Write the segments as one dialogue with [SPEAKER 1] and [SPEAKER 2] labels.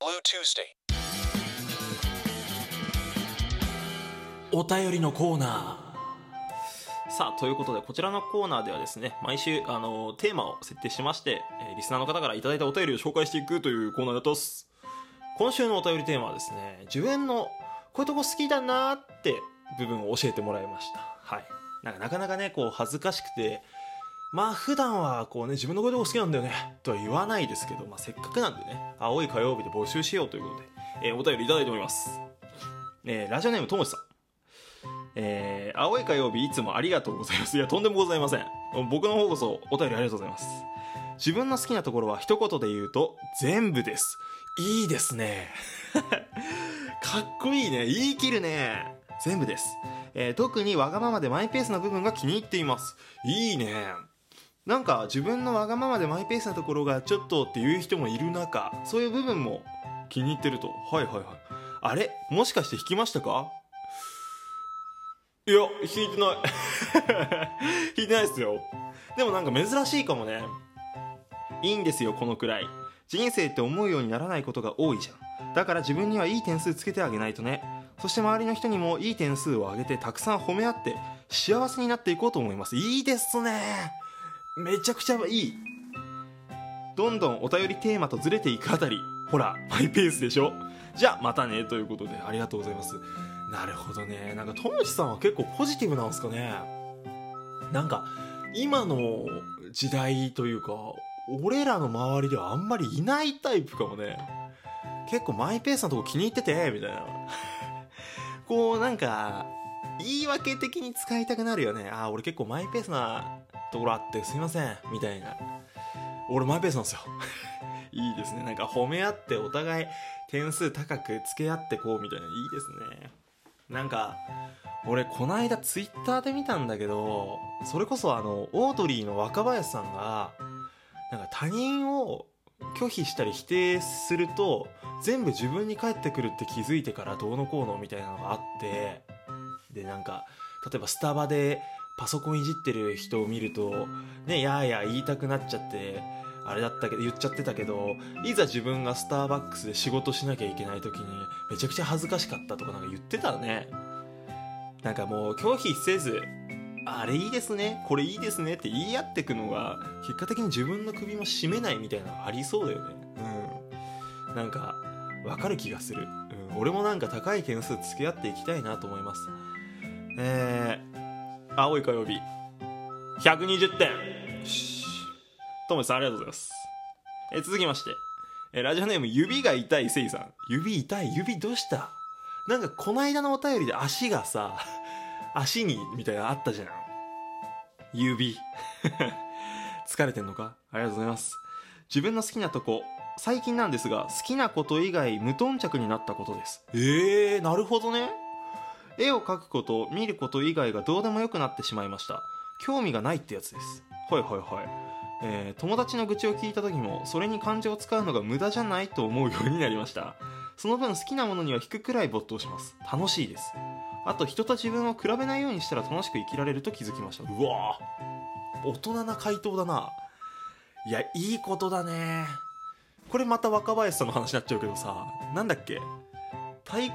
[SPEAKER 1] Blue Tuesday。
[SPEAKER 2] お便りのコーナー。さあ、ということでこちらのコーナーではですね、毎週テーマを設定しまして、リスナーの方からいただいたお便りを紹介していくというコーナーだとす。今週のお便りテーマはですね、自分のこういうとこ好きだなーって部分を教えてもらいました。はい。なかなかね、こう恥ずかしくて、まあ普段はこうね、自分のこういうとこ好きなんだよねとは言わないですけど、まあせっかくなんでね、青い火曜日で募集しようということで、お便りいただいております。ラジオネームともしさん。青い火曜日いつもありがとうございます。いや、とんでもございません。僕の方こそお便りありがとうございます。自分の好きなところは一言で言うと全部です。いいですね。かっこいいね。言い切るね。全部です。特にわがままでマイペースな部分が気に入っています。いいね。なんか自分のわがままでマイペースなところがちょっとっていう人もいる中、そういう部分も気に入ってると。はいはいはい。あれ、もしかして弾きましたか？いや、弾いてない弾いてないですよ。でもなんか珍しいかもね。いいんですよ、このくらい。人生って思うようにならないことが多いじゃん。だから自分にはいい点数つけてあげないとね。そして周りの人にもいい点数を上げてたくさん褒め合って幸せになっていこうと思います。いいですね。めちゃくちゃいい。どんどんお便りテーマとずれていくあたり、ほらマイペースでしょ。じゃあまたねということで、ありがとうございます。なるほどね。なんかともちさんは結構ポジティブなんですかね。なんか今の時代というか、俺らの周りではあんまりいないタイプかもね。結構マイペースなとこ気に入っててみたいなこうなんか言い訳的に使いたくなるよね。ああ、俺結構マイペースなところあってすいませんみたいな。俺マイペースなんですよいいですね。なんか褒め合ってお互い点数高くつけ合ってこうみたいな。いいですね。なんか俺この間ツイッターで見たんだけど、それこそオードリーの若林さんがなんか他人を拒否したり否定すると全部自分に返ってくるって気づいてからどうのこうのみたいなのがあって、でなんか例えばスタバでパソコンいじってる人を見るとね、やーやー言いたくなっちゃってあれだったけど言っちゃってたけど、いざ自分がスターバックスで仕事しなきゃいけない時にめちゃくちゃ恥ずかしかったとかなんか言ってたね。なんかもう拒否せず、あれいいですね、これいいですねって言い合ってくのが結果的に自分の首も絞めないみたいなのありそうだよね。なんかわかる気がする。俺もなんか高い点数つけ合っていきたいなと思います。青い火曜日120点。ともちさんありがとうございます。続きまして、ラジオネーム指が痛いせいさん。指痛い？指どうした？なんかこないだのお便りで足がさ足にみたいなのあったじゃん。指疲れてんのか？ありがとうございます。自分の好きなとこ、最近なんですが好きなこと以外無頓着になったことです。なるほどね。絵を描くこと、見ること以外がどうでもよくなってしまいました。興味がないってやつです。はいはいはい。友達の愚痴を聞いた時もそれに感情を使うのが無駄じゃないと思うようになりました。その分好きなものには引くくらい没頭します。楽しいです。あと人と自分を比べないようにしたら楽しく生きられると気づきました。うわー、大人な回答だな。いや、いいことだね。これまた若林さんの話になっちゃうけどさ、なんだっけ、退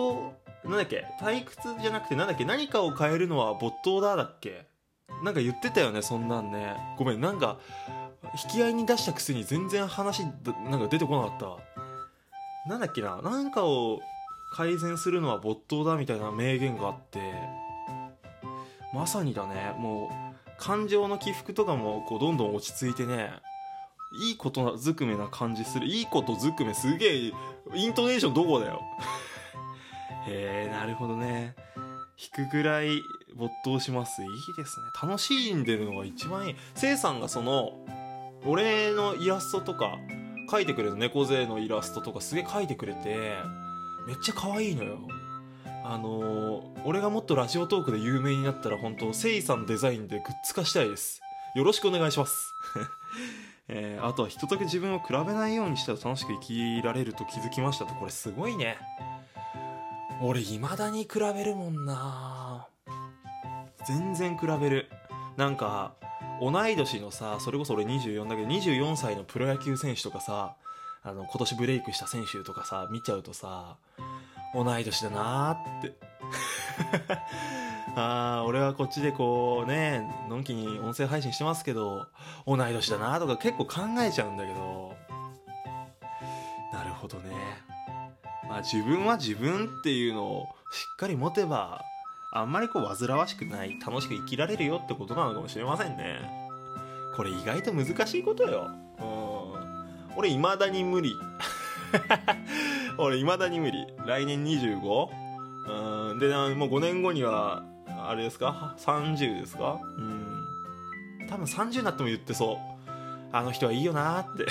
[SPEAKER 2] 屈じゃなくてなんだっけ、何かを変えるのは没頭だっけ、なんか言ってたよね、そんなんね。ごめん、なんか引き合いに出したくせに全然話なんか出てこなかった。なんだっけな、なんかを改善するのは没頭だみたいな名言があって、まさにだね。もう感情の起伏とかもこうどんどん落ち着いてね、いいことずくめな感じする。いいことずくめ、すげえイントネーションどこだよなるほどね。引くぐらい没頭します。いいですね。楽しんでるのが一番いい。せいさんがその俺のイラストとか描いてくれる、猫背のイラストとかすげえ描いてくれてめっちゃ可愛いのよ。俺がもっとラジオトークで有名になったら本当せいさんデザインでグッズ化したいです。よろしくお願いしますあとは人と自分を比べないようにしたら楽しく生きられると気づきましたと。これすごいね。俺未だに比べるもんな。全然比べる。なんか同い年のさ、それこそ俺24だけど24歳のプロ野球選手とかさ、 今年ブレイクした選手とかさ見ちゃうとさ、同い年だなーって俺はこっちでこうねのんきに音声配信してますけど、同い年だなとか結構考えちゃうんだけど、なるほどね。自分は自分っていうのをしっかり持てば、あんまりこう煩わしくない楽しく生きられるよってことなのかもしれませんね。これ意外と難しいことよ。俺未だに無理俺未だに無理。来年 25？ でもう5年後にはあれですか、30ですか。多分30になっても言ってそう。あの人はいいよなーって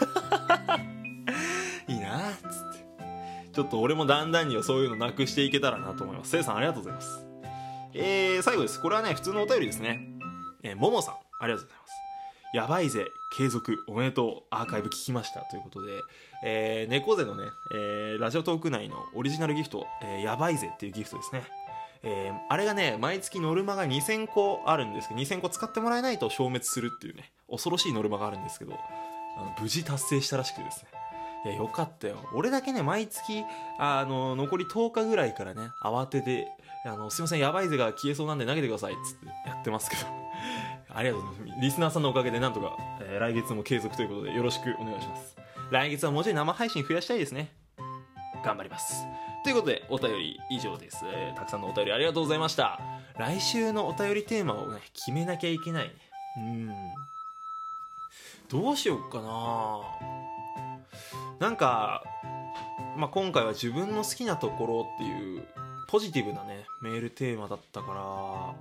[SPEAKER 2] いいなーっつって、ちょっと俺もだんだんにはそういうのなくしていけたらなと思います。せいさんありがとうございます。最後です。これはね普通のお便りですね。ももさんありがとうございます。やばいぜ継続おめでとう、アーカイブ聞きましたということで、猫背のね、ラジオトーク内のオリジナルギフト、やばいぜっていうギフトですね。あれがね毎月ノルマが2000個あるんですけど、2000個使ってもらえないと消滅するっていうね恐ろしいノルマがあるんですけど、無事達成したらしくてですね、よかったよ。俺だけね毎月残り10日ぐらいからね慌ててすいませんやばいぜが消えそうなんで投げてくださいっつってやってますけどありがとうございます。リスナーさんのおかげでなんとか、来月も継続ということでよろしくお願いします。来月はもうちょい生配信増やしたいですね。頑張ります。ということでお便り以上です。たくさんのお便りありがとうございました。来週のお便りテーマをね決めなきゃいけないね。どうしよっかな。なんか今回は自分の好きなところっていうポジティブなねメールテーマだったから、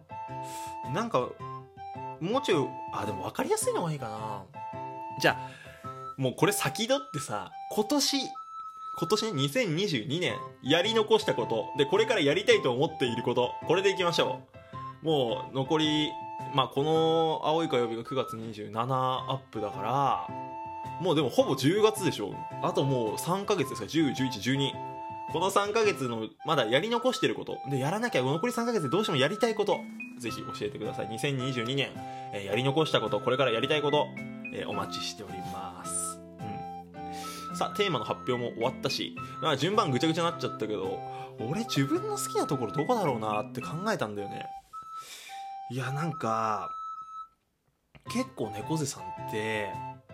[SPEAKER 2] なんかもうちょいでも分かりやすいのがいいかな。じゃあもうこれ先取ってさ、今年ね2022年やり残したことで、これからやりたいと思っていること、これでいきましょう。もう残りこの青い火曜日が9月27アップだから、もうでもほぼ10月でしょ。あともう3ヶ月ですか。10、11、12、この3ヶ月のまだやり残してることで、やらなきゃ残り3ヶ月でどうしてもやりたいこと、ぜひ教えてください。2022年、やり残したこと、これからやりたいこと、お待ちしております。さあテーマの発表も終わったし、順番ぐちゃぐちゃになっちゃったけど、俺自分の好きなところどこだろうなって考えたんだよね。いやなんか結構猫背さんって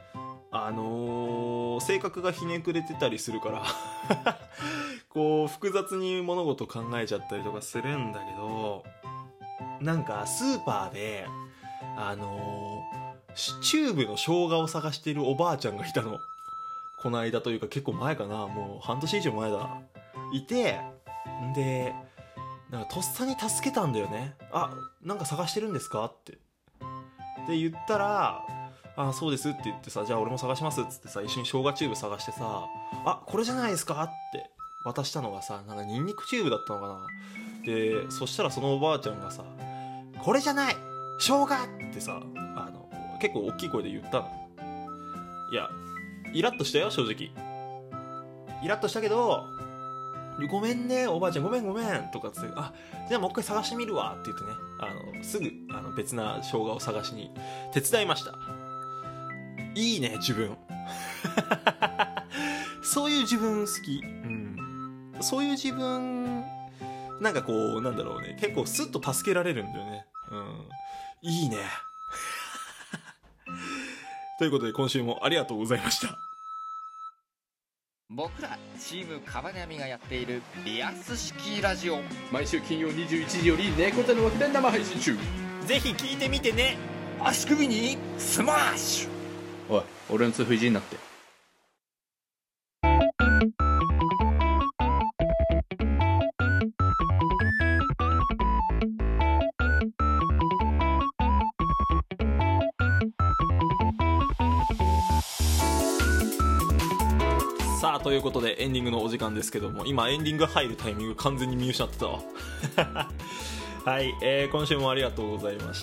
[SPEAKER 2] 性格がひねくれてたりするからこう複雑に物事考えちゃったりとかするんだけど、なんかスーパーでチューブの生姜を探しているおばあちゃんがいたの。この間というか結構前かな、もう半年以上前だ。いて、でなんかとっさに助けたんだよね。なんか探してるんですかってで言ったら、そうですって言ってさ、じゃあ俺も探しますっつってさ、一緒に生姜チューブ探してさ、これじゃないですかって渡したのがさ、なんかニンニクチューブだったのかな。でそしたらそのおばあちゃんがさ、これじゃない生姜ってさ、結構大きい声で言ったの。いやイラッとしたよ正直。イラッとしたけど、ごめんねおばあちゃん、ごめんとかつって、じゃあもう一回探してみるわって言ってね、すぐ別な生姜を探しに手伝いました。いいね自分そういう自分好き。そういう自分なんかこうなんだろうね、結構スッと助けられるんだよね。いいねということで今週もありがとうございました。
[SPEAKER 1] 僕らチームカバネアミがやっているリアス式ラジオ、
[SPEAKER 3] 毎週金曜21時より猫背の枠で生配信中。
[SPEAKER 2] ぜひ聞いてみてね。
[SPEAKER 1] 足首にスマッシュ。
[SPEAKER 3] おい、俺の通風いじんなって。
[SPEAKER 2] さあということでエンディングのお時間ですけども、今エンディング入るタイミング完全に見失ってたわはい、今週もありがとうございました。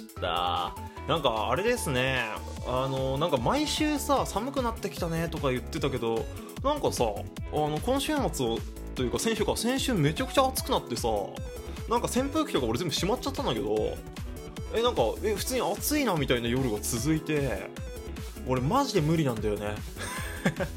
[SPEAKER 2] なんかあれですね、なんか毎週さ寒くなってきたねとか言ってたけど、なんかさ今週末というか先週めちゃくちゃ暑くなってさ、なんか扇風機とか俺全部閉まっちゃったんだけど、なんか普通に暑いなみたいな夜が続いて、俺マジで無理なんだよね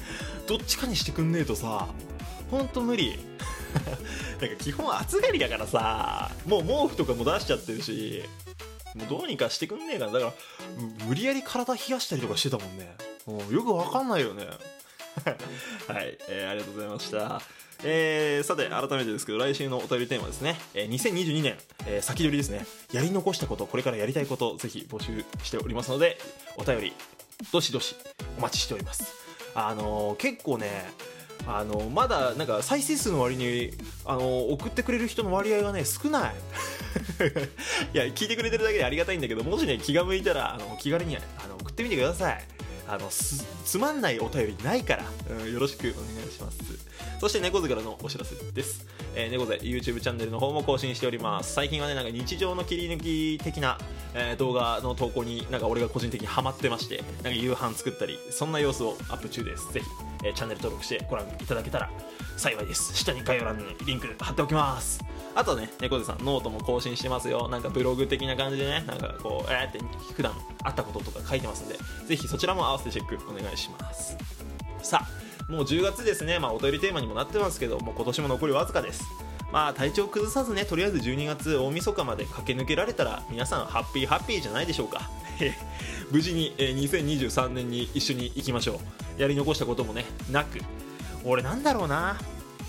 [SPEAKER 2] どっちかにしてくんねえとさほんと無理なんか基本暑がりだからさ、もう毛布とかも出しちゃってるし、もうどうにかしてくんねえかな。だから無理やり体冷やしたりとかしてたもんね。よくわかんないよねはい、ありがとうございました。さて改めてですけど、来週のお便りテーマですね、2022年、先取りですね。やり残したこと、これからやりたいこと、ぜひ募集しておりますので、お便りどしどしお待ちしております。結構ね、まだなんか再生数の割に送ってくれる人の割合がね少ないいや聞いてくれてるだけでありがたいんだけど、もしね気が向いたら気軽に送ってみてください。つまんないお便りないから、よろしくお願いします。そして猫背からのお知らせです。猫背 YouTube チャンネルの方も更新しております。最近はねなんか日常の切り抜き的な、動画の投稿になんか俺が個人的にハマってまして、なんか夕飯作ったりそんな様子をアップ中です。ぜひ、チャンネル登録してご覧いただけたら幸いです。下に概要欄にリンク貼っておきます。あとね、猫背さんノートも更新してますよ。なんかブログ的な感じでね、なんかこうって普段あったこととか書いてますんで、ぜひそちらも合わせてチェックお願いします。さあもう10月ですね。お便りテーマにもなってますけども、今年も残りわずかです。体調崩さずね、とりあえず12月大晦日まで駆け抜けられたら皆さんハッピーじゃないでしょうか無事に、2023年に一緒に行きましょう。やり残したこともねなく、俺なんだろうな、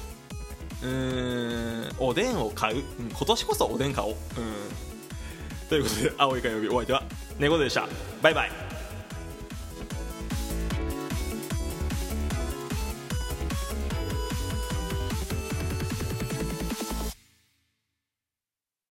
[SPEAKER 2] おでんを買う、今年こそおでん買おう。ということで、青い火曜日、お相手は猫背でした。バイバイ。